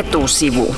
Etusivu.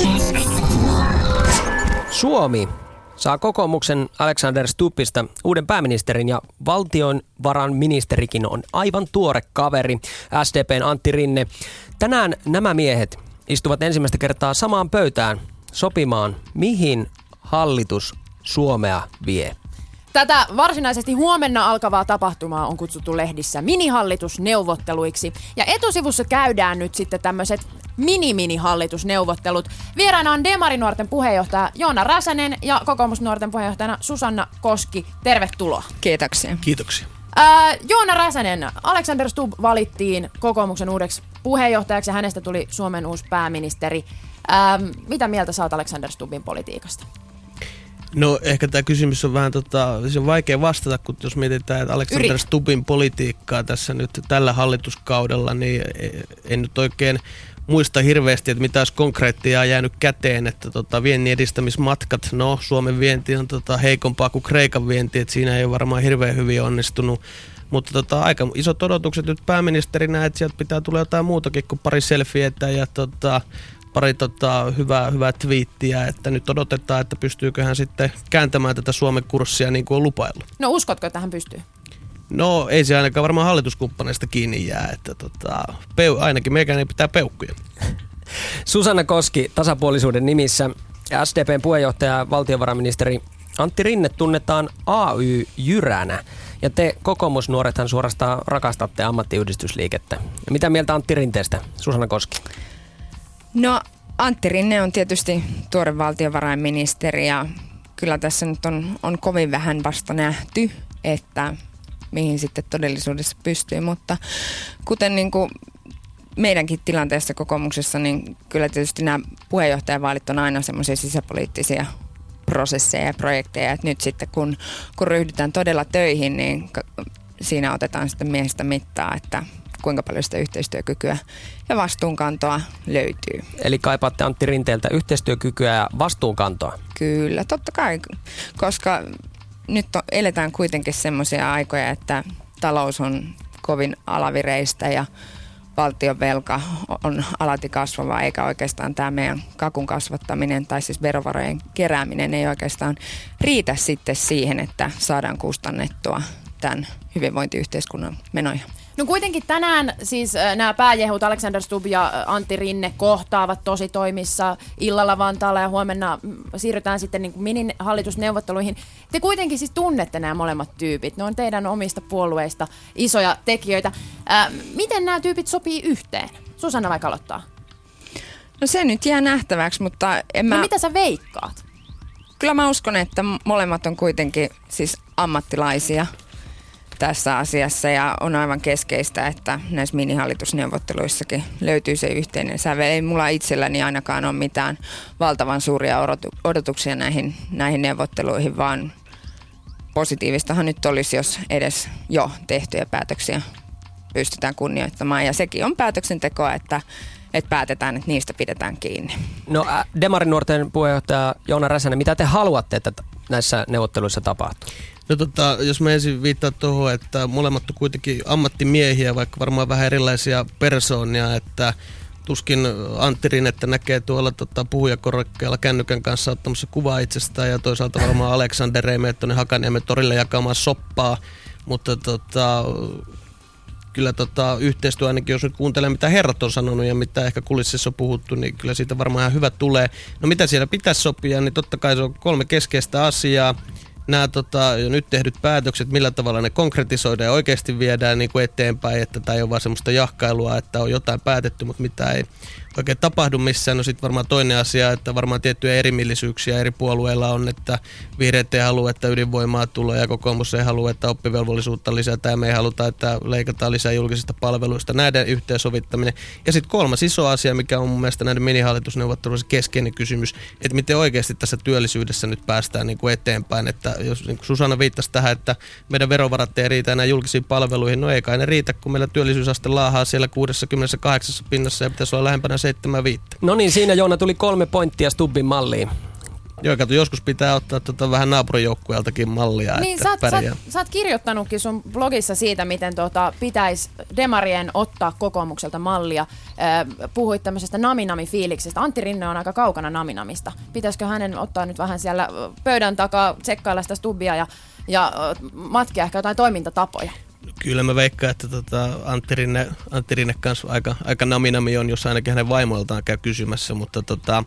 Suomi saa kokoomuksen Alexander Stubbista uuden pääministerin ja valtionvarainministerikin on aivan tuore kaveri, SDP:n Antti Rinne. Tänään nämä miehet istuvat ensimmäistä kertaa samaan pöytään sopimaan, mihin hallitus Suomea vie. Tätä varsinaisesti huomenna alkavaa tapahtumaa on kutsuttu lehdissä minihallitusneuvotteluiksi. Ja etusivussa käydään nyt sitten tämmöiset mini-hallitusneuvottelut. Vieraana on Demarinuorten puheenjohtaja Joona Räsänen ja Kokoomusnuorten puheenjohtajana Susanna Koski. Tervetuloa. Kiitoksia. Kiitoksia. Joona Räsänen, Alexander Stubb valittiin kokoomuksen uudeksi puheenjohtajaksi ja hänestä tuli Suomen uusi pääministeri. Mitä mieltä saat Alexander Stubbin politiikasta? No ehkä tämä kysymys on vähän se on vaikea vastata, kun jos mietitään, että Alexander Stubbin politiikkaa tässä nyt tällä hallituskaudella, niin en nyt oikein muista hirveästi, että mitä olisi konkreettia jäänyt käteen, että viennin edistämismatkat, no Suomen vienti on heikompaa kuin Kreikan vienti, että siinä ei ole varmaan hirveän hyvin onnistunut. Mutta aika isot odotukset nyt pääministerinä, että sieltä pitää tulla jotain muutakin kuin pari selfietä ja pari hyvää twiittiä, että nyt odotetaan, että pystyykö hän sitten kääntämään tätä Suomen kurssia niin kuin on lupaillut. No uskotko, että hän pystyy? No ei se ainakaan varmaan hallituskumppaneista kiinni jää, että ainakin meikään ei pitää peukkuja. Susanna Koski tasapuolisuuden nimissä, SDP:n puheenjohtaja ja valtiovarainministeri Antti Rinne tunnetaan AY-jyränä. Ja te kokoomusnuorethan suorastaan rakastatte ammattiyhdistysliikettä. Ja mitä mieltä Antti Rinteestä, Susanna Koski? No Antti Rinne on tietysti tuore valtiovarainministeri ja kyllä tässä nyt on kovin vähän vasta nähty, että mihin sitten todellisuudessa pystyy, mutta kuten niin kuin meidänkin tilanteessa kokoomuksessa, niin kyllä tietysti nämä puheenjohtajavaalit on aina semmoisia sisäpoliittisia prosesseja ja projekteja, että nyt sitten kun ryhdytään todella töihin, niin siinä otetaan sitten miehistä mittaa, että kuinka paljon sitä yhteistyökykyä ja vastuunkantoa löytyy. Eli kaipaatte Antti Rinteeltä yhteistyökykyä ja vastuunkantoa? Kyllä, totta kai, koska nyt eletään kuitenkin semmoisia aikoja, että talous on kovin alavireistä ja valtionvelka on alati kasvava, eikä oikeastaan tämä meidän kakun kasvattaminen tai siis verovarojen kerääminen ei oikeastaan riitä sitten siihen, että saadaan kustannettua tämän hyvinvointiyhteiskunnan menoja. No kuitenkin tänään siis nämä pääjehut Alexander Stubb ja Antti Rinne kohtaavat tositoimissa illalla Vantaalla ja huomenna siirrytään sitten niin kuin mini-hallitusneuvotteluihin. Te kuitenkin siis tunnette nämä molemmat tyypit. Ne on teidän omista puolueista isoja tekijöitä. Miten nämä tyypit sopii yhteen? Susanna vaikka aloittaa. No se nyt jää nähtäväksi, mutta No mitä sä veikkaat? Kyllä mä uskon, että molemmat on kuitenkin siis ammattilaisia tässä asiassa ja on aivan keskeistä, että näissä minihallitusneuvotteluissakin löytyy se yhteinen sävel. Ei mulla itselläni ainakaan ole mitään valtavan suuria odotuksia näihin neuvotteluihin, vaan positiivistahan nyt olisi, jos edes jo tehtyjä päätöksiä pystytään kunnioittamaan. Ja sekin on päätöksentekoa, että päätetään, että niistä pidetään kiinni. No Demarinuorten puheenjohtaja Joona Räsänen, mitä te haluatte, että näissä neuvotteluissa tapahtuu? No jos mä ensin viittaan tuohon, että molemmat on kuitenkin ammattimiehiä, vaikka varmaan vähän erilaisia persoonia, että tuskin Antti Rinnettä näkee tuolla puhujakorokkeella kännykän kanssa ottamassa kuvaa itsestään ja toisaalta varmaan Alexander ei mene tuonne Hakaniemen torille jakamaan soppaa, mutta kyllä yhteistyö ainakin, jos nyt kuuntelee mitä herrat on sanonut ja mitä ehkä kulississa on puhuttu, niin kyllä siitä varmaan ihan hyvä tulee. No mitä siellä pitäisi sopia, niin totta kai se on 3 keskeistä asiaa. Nämä jo nyt tehdyt päätökset, millä tavalla ne konkretisoidaan ja oikeasti viedään niin kuin eteenpäin, että tämä ei ole vaan semmoista jahkailua, että on jotain päätetty, mutta mitä ei oikein tapahdu missään. No sitten varmaan toinen asia, että varmaan tiettyjä erimielisyyksiä eri puolueilla on, että vihreät ei halua, että ydinvoimaa tulee ja kokoomus ei halua, että oppivelvollisuutta lisätään ja me ei haluta, että leikataan lisää julkisista palveluista. Näiden yhteensovittaminen. Ja sitten 3 iso asia, mikä on mun mielestä näiden minihallitusneuvotteluissa keskeinen kysymys, että miten oikeasti tässä työllisyydessä nyt päästään niin kuin eteenpäin, että jos niin Susanna viittasi tähän, että meidän verovarat ei riitä enää julkisiin palveluihin, no ei kai ne riitä, kun meillä työllisyysaste laahaa siellä 68% ja pitäisi olla lähempänä 75. No niin, siinä Joona tuli 3 pointtia Stubbin malliin. Joo, kato, joskus pitää ottaa vähän naapurijoukkueeltakin mallia, niin, että pärjää. Sä oot kirjoittanutkin sun blogissa siitä, miten pitäisi demarien ottaa kokoomukselta mallia. Puhuit tämmöisestä naminami-fiiliksestä. Antti Rinne on aika kaukana naminamista. Pitäisikö hänen ottaa nyt vähän siellä pöydän takaa, tsekkailla sitä Stubbia ja matkia ehkä jotain toimintatapoja? Kyllä mä veikkaan, että Antti Rinne kanssa aika naminami on, jos ainakin hänen vaimoiltaan käy kysymässä, mutta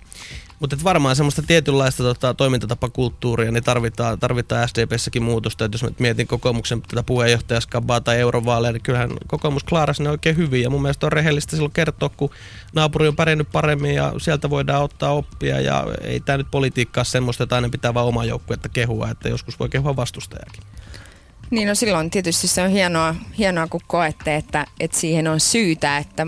varmaan semmoista tietynlaista toimintatapakulttuuria niin tarvitaan SDP:ssäkin muutosta. Et jos mä mietin kokoomuksen tätä puheenjohtajaskabaa tai eurovaaleja, niin kyllähän kokoomus klaarasi ne oikein hyvin. Ja mun mielestä on rehellistä silloin kertoa, kun naapuri on pärjännyt paremmin ja sieltä voidaan ottaa oppia. Ja ei tämä nyt politiikkaa semmoista, että aina pitää vaan omaa joukkuetta kehua, että joskus voi kehua vastustajakin. Niin no silloin tietysti se on hienoa kun koette, että siihen on syytä, että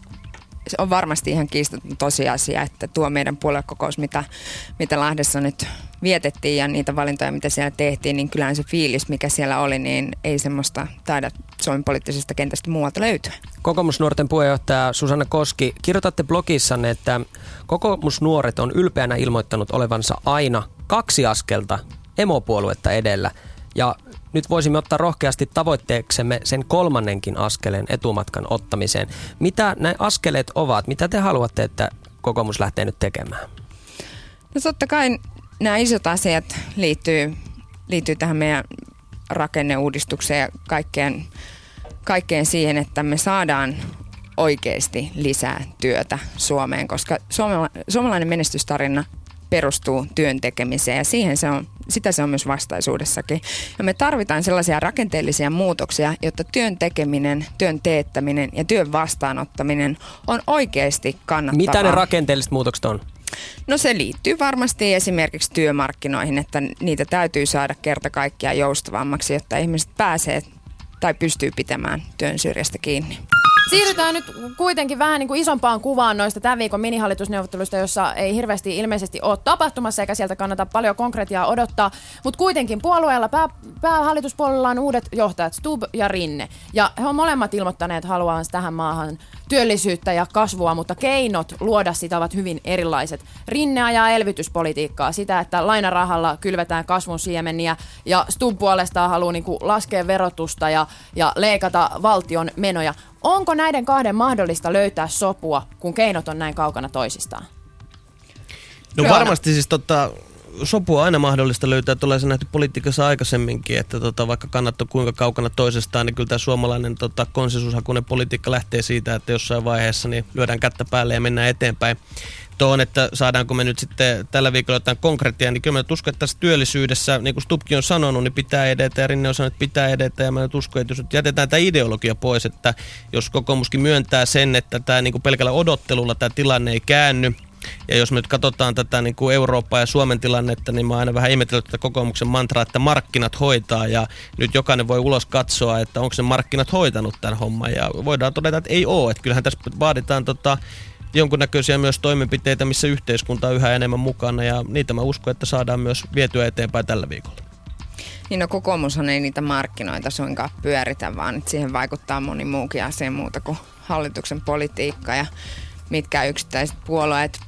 se on varmasti ihan kiistaton tosiasia, että tuo meidän puoluekokous, mitä Lahdessa nyt vietettiin ja niitä valintoja, mitä siellä tehtiin, niin kyllähän se fiilis, mikä siellä oli, niin ei semmoista taida Suomen poliittisesta kentästä muualta löytyä. Kokoomusnuorten puheenjohtaja Susanna Koski, kirjoitatte blogissanne, että kokoomusnuoret on ylpeänä ilmoittanut olevansa aina 2 askelta emopuoluetta edellä. Ja nyt voisimme ottaa rohkeasti tavoitteeksemme sen 3. askeleen etumatkan ottamiseen. Mitä nämä askeleet ovat? Mitä te haluatte, että kokoomus lähtee nyt tekemään? No totta kai nämä isot asiat liittyy tähän meidän rakenneuudistukseen ja kaikkeen siihen, että me saadaan oikeasti lisää työtä Suomeen, koska suomalainen menestystarina perustuu työn tekemiseen ja sitä se on myös vastaisuudessakin. Ja me tarvitaan sellaisia rakenteellisia muutoksia, jotta työn tekeminen, työn teettäminen ja työn vastaanottaminen on oikeasti kannattavaa. Mitä ne rakenteelliset muutokset on? No se liittyy varmasti esimerkiksi työmarkkinoihin, että niitä täytyy saada kerta kaikkiaan joustavammaksi, jotta ihmiset pääsee tai pystyy pitämään työn syrjästä kiinni. Siirrytään nyt kuitenkin vähän niin kuin isompaan kuvaan noista tämän viikon minihallitusneuvotteluista, jossa ei hirveästi ilmeisesti ole tapahtumassa eikä sieltä kannata paljon konkretiaa odottaa. Mutta kuitenkin puolueella, päähallituspuolella on uudet johtajat, Stubb ja Rinne. Ja he on molemmat ilmoittaneet haluavansa tähän maahan työllisyyttä ja kasvua, mutta keinot luoda sitä ovat hyvin erilaiset. Rinne ajaa elvytyspolitiikkaa, sitä, että lainarahalla kylvetään kasvun siemeniä, ja Stubb puolestaan haluaa niin kuin laskea verotusta ja leikata valtion menoja. Onko näiden kahden mahdollista löytää sopua, kun keinot on näin kaukana toisistaan? No varmasti siis sopua on aina mahdollista löytää, että ollaan se nähty politiikassa aikaisemminkin, että vaikka kannattaa kuinka kaukana toisestaan, niin kyllä tämä suomalainen konsensushakuinen politiikka lähtee siitä, että jossain vaiheessa niin lyödään kättä päälle ja mennään eteenpäin. Tuohon, että saadaanko me nyt sitten tällä viikolla jotain konkreettia, niin kyllä mä nyt uskon, että tässä työllisyydessä, niin kuin Stubbkin on sanonut, niin pitää edetä ja Rinne on sanonut, että pitää edetä ja mä nyt uskon, että jos nyt jätetään tämä ideologia pois, että jos kokoomuskin myöntää sen, että tämä niin kuin pelkällä odottelulla tämä tilanne ei käänny, ja jos me nyt katsotaan tätä niin kuin Eurooppaa ja Suomen tilannetta, niin mä oon aina vähän ihmetellyt tätä kokoomuksen mantraa, että markkinat hoitaa, ja nyt jokainen voi ulos katsoa, että onko ne markkinat hoitanut tämän homman, ja voidaan todeta, että ei ole, että kyllähän tässä vaaditaan jonkunnäköisiä myös toimenpiteitä, missä yhteiskunta on yhä enemmän mukana, ja niitä mä uskon, että saadaan myös vietyä eteenpäin tällä viikolla. Niin no kokoomushan ei niitä markkinoita suinkaan pyöritä, vaan että siihen vaikuttaa moni muukin asia muuta kuin hallituksen politiikka ja mitkä yksittäiset puolueet.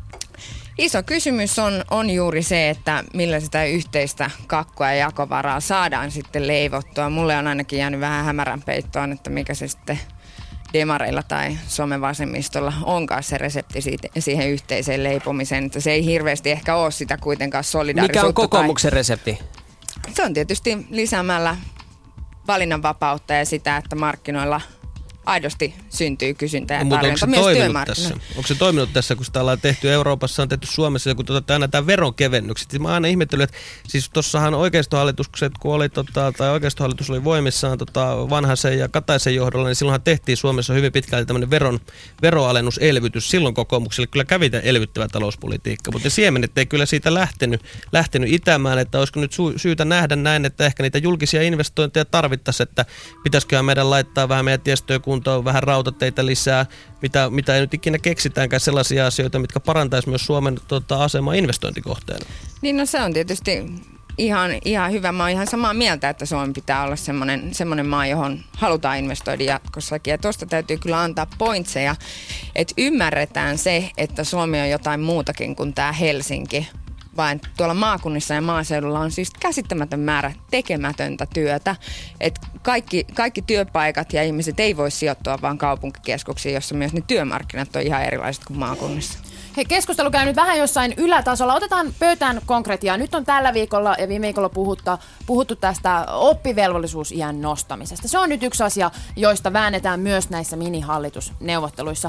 Iso kysymys on juuri se, että millä sitä yhteistä kakkua ja jakovaraa saadaan sitten leivottua. Mulle on ainakin jäänyt vähän hämärän peittoon, että mikä se sitten demareilla tai Suomen vasemmistolla onkaan se resepti siihen yhteiseen leipomiseen. Että se ei hirveästi ehkä ole sitä kuitenkaan solidaarisuutta. Mikä on kokoomuksen resepti? Se on tietysti lisäämällä valinnanvapautta ja sitä, että markkinoilla aidosti syntyy kysyntää ja tarjonta myös työmarkkinoilla. Onko se toiminut tässä, kun sitä ollaan tehty Euroopassa, on tehty Suomessa, ja kun aina tämä veronkevennykset. Mä aina ihmettelin, että siis tuossahan oikeistohallitukset, kun oli, tai oikeistohallitus oli voimissaan Vanhasen ja Kataisen johdolla, niin silloinhan tehtiin Suomessa hyvin pitkälti tämmöinen veroalennuselvytys. Silloin kokoomukselle kyllä kävi tämä elvyttävä talouspolitiikka, mutta siemenet ei kyllä siitä lähtenyt itämään, että olisiko nyt syytä nähdä näin, että ehkä niitä julkisia investointeja tarvittaisiin, että pitäisiköhän meidän laittaa vähän meidän tiestöä kuntoon, vähän rautateitä lisää, mitä ei nyt ikinä keksitäänkään, sellaisia asioita, mitkä parantaisi myös Suomen asemaa investointikohteena. Niin no se on tietysti ihan hyvä. Mä oon ihan samaa mieltä, että Suomen pitää olla semmoinen maa, johon halutaan investoida jatkossakin. Ja tuosta täytyy kyllä antaa pointseja, että ymmärretään se, että Suomi on jotain muutakin kuin tämä Helsinki. vaan tuolla maakunnissa ja maaseudulla on siis käsittämätön määrä tekemätöntä työtä. Et kaikki työpaikat ja ihmiset ei voi sijoittua vaan kaupunkikeskuksiin, jossa myös ne työmarkkinat on ihan erilaiset kuin maakunnissa. Hei, keskustelu käy nyt vähän jossain ylätasolla. Otetaan pöytään konkretiaa. Nyt on tällä viikolla ja viime viikolla puhuttu tästä oppivelvollisuusiän nostamisesta. Se on nyt yksi asia, joista väännetään myös näissä minihallitusneuvotteluissa.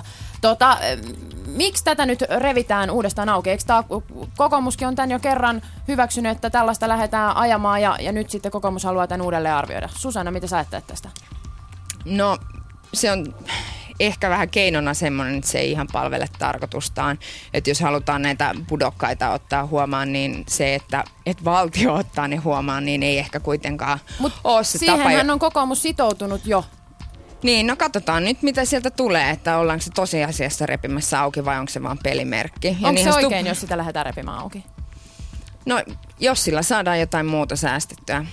Miksi tätä nyt revitään uudestaan auki? Eikö kokoomuskin on tämän jo kerran hyväksynyt, että tällaista lähdetään ajamaan ja nyt sitten kokoomus haluaa tämän uudelleen arvioida? Susanna, mitä sä ajattelet tästä? No, se on ehkä vähän keinona semmoinen, että se ei ihan palvele tarkoitustaan. Että jos halutaan näitä pudokkaita ottaa huomaan, niin se, että valtio ottaa ne huomaan, niin ei ehkä kuitenkaan ole se tapa. Siihenhän on kokoomus sitoutunut jo. Niin, no katsotaan nyt, mitä sieltä tulee, että ollaanko se tosiasiassa repimässä auki vai onko se vaan pelimerkki. Onko se oikein, jos sitä lähdetään repimään auki? No, jos sillä saadaan jotain muuta säästettyä.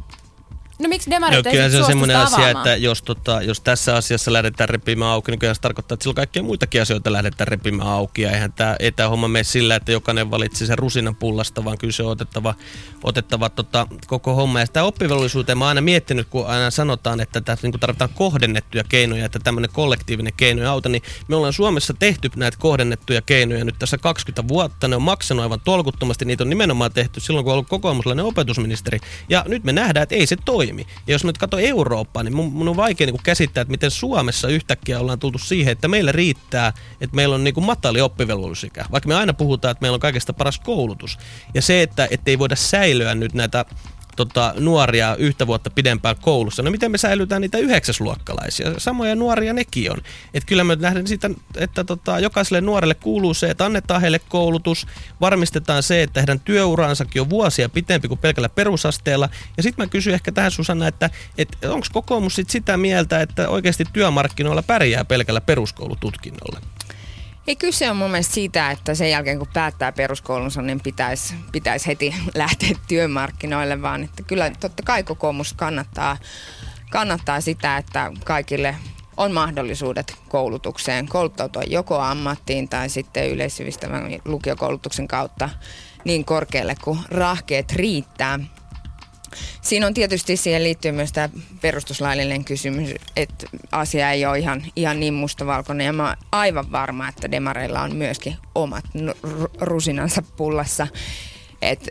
No miksi demarit ei kyllä se on semmoinen asia, avaamaan? että jos tässä asiassa lähdetään repimään auki, niin kyllä se tarkoittaa, että silloin kaikkia muitakin asioita lähdetään repimään auki. Ja eihän tämä homma mene sillä, että jokainen valitsi sen rusinan pullasta, vaan kyllä se on otettava koko homma. Ja sitä oppivelvollisuuteen mä oon aina miettinyt, kun aina sanotaan, että tässä niin tarvitaan kohdennettuja keinoja, että tämmöinen kollektiivinen keino ei auta, niin me ollaan Suomessa tehty näitä kohdennettuja keinoja nyt tässä 20 vuotta. Ne on maksanut aivan tolkuttomasti, niitä on nimenomaan tehty silloin, kun on ollut kokoomuslainen opetusministeri. Ja nyt me nähdään, että ei se toimi. Ja jos mä nyt katson Eurooppaa, niin mun on vaikea niin kuin käsittää, että miten Suomessa yhtäkkiä ollaan tultu siihen, että meillä riittää, että meillä on niin kuin matali oppivelvollisuusikä. Vaikka me aina puhutaan, että meillä on kaikesta paras koulutus. Ja se, että ei voida säilyä nyt näitä nuoria yhtä vuotta pidempään koulussa. No miten me säilytään niitä 9-luokkalaisia? Samoja nuoria nekin on. Että kyllä me nähdään siitä, että jokaiselle nuorelle kuuluu se, että annetaan heille koulutus, varmistetaan se, että heidän työuransakin on vuosia pitempi kuin pelkällä perusasteella. Ja sitten mä kysyn ehkä tähän Susanna, että onko kokoomus sitä mieltä, että oikeasti työmarkkinoilla pärjää pelkällä peruskoulututkinnolla? Ei, kyse on mun mielestä siitä, että sen jälkeen kun päättää peruskoulunsa, niin pitäisi heti lähteä työmarkkinoille, vaan että kyllä totta kai kokoomus kannattaa sitä, että kaikille on mahdollisuudet koulutukseen, kouluttautua joko ammattiin tai sitten yleissivistävän lukiokoulutuksen kautta niin korkealle kuin rahkeet riittää. Siinä on tietysti, siihen liittyy myös tämä perustuslaillinen kysymys, että asia ei ole ihan niin mustavalkoinen. Ja mä oon aivan varma, että demareilla on myöskin omat rusinansa pullassa. Et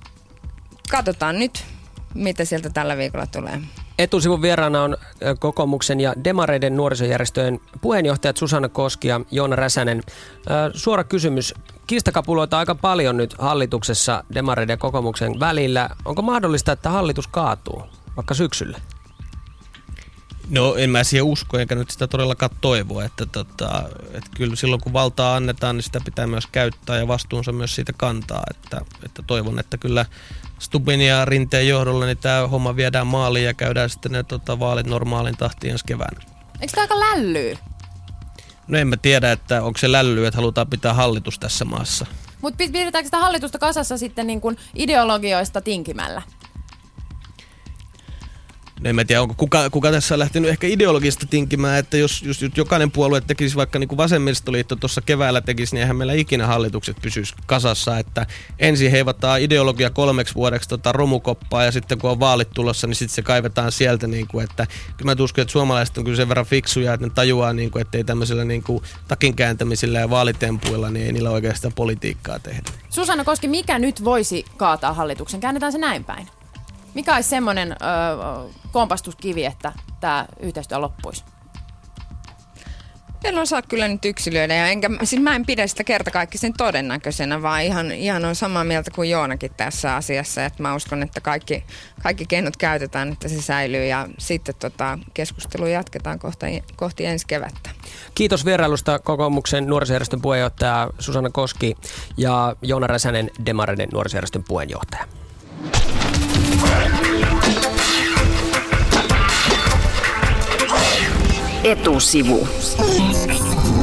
katsotaan nyt, mitä sieltä tällä viikolla tulee. Etusivun vieraana on kokoomuksen ja demareiden nuorisojärjestöjen puheenjohtajat Susanna Koski ja Joona Räsänen. Suora kysymys. Kiistakapuloita aika paljon nyt hallituksessa demareiden ja kokoomuksen välillä. Onko mahdollista, että hallitus kaatuu vaikka syksyllä? No en mä siihen usko, enkä nyt sitä todellakaan toivoa, että kyllä silloin kun valtaa annetaan, niin sitä pitää myös käyttää ja vastuunsa myös siitä kantaa, että toivon, että kyllä Stubbin ja Rinteen johdolla niin tämä homma viedään maaliin ja käydään sitten ne vaalit normaalin tahtiin ensi keväänä. Eikö tämä aika lällyy? No en mä tiedä, että onko se lällyy, että halutaan pitää hallitus tässä maassa. Mutta pidetäänkö sitä hallitusta kasassa sitten niin kuin ideologioista tinkimällä? No en mä tiedä, onko kuka tässä on lähtenyt ehkä ideologista tinkimään, että jos jokainen puolue tekisi vaikka niin kuin vasemmistoliitto tuossa keväällä tekisi, niin eihän meillä ikinä hallitukset pysyisi kasassa, että ensin heivataan ideologia 3 vuodeksi romukoppaa ja sitten kun on vaalit tulossa, niin sitten se kaivetaan sieltä, niin kuin, että kyllä mä uskon, että suomalaiset on kyllä sen verran fiksuja, että ne tajuaa, niin kuin, että ei tämmöisillä niin kuin takin kääntämisillä ja vaalitempuilla, niin ei niillä oikeastaan politiikkaa tehdä. Susanna Koski, mikä nyt voisi kaataa hallituksen? Käännetään se näin päin. Mikä olisi semmoinen kompastuskivi, että tämä yhteistyö loppuisi? En osaa kyllä nyt yksilöidä, ja mä en pidä sitä kertakaikkisen todennäköisenä, vaan ihan on samaa mieltä kuin Joonakin tässä asiassa, että mä uskon, että kaikki keinot käytetään, että se säilyy, ja sitten keskustelua jatketaan kohti ensi kevättä. Kiitos vierailusta kokoomuksen nuorisojärjestön puheenjohtaja Susanna Koski ja Joona Räsänen, demareiden nuorisojärjestön puheenjohtaja. Etusivu.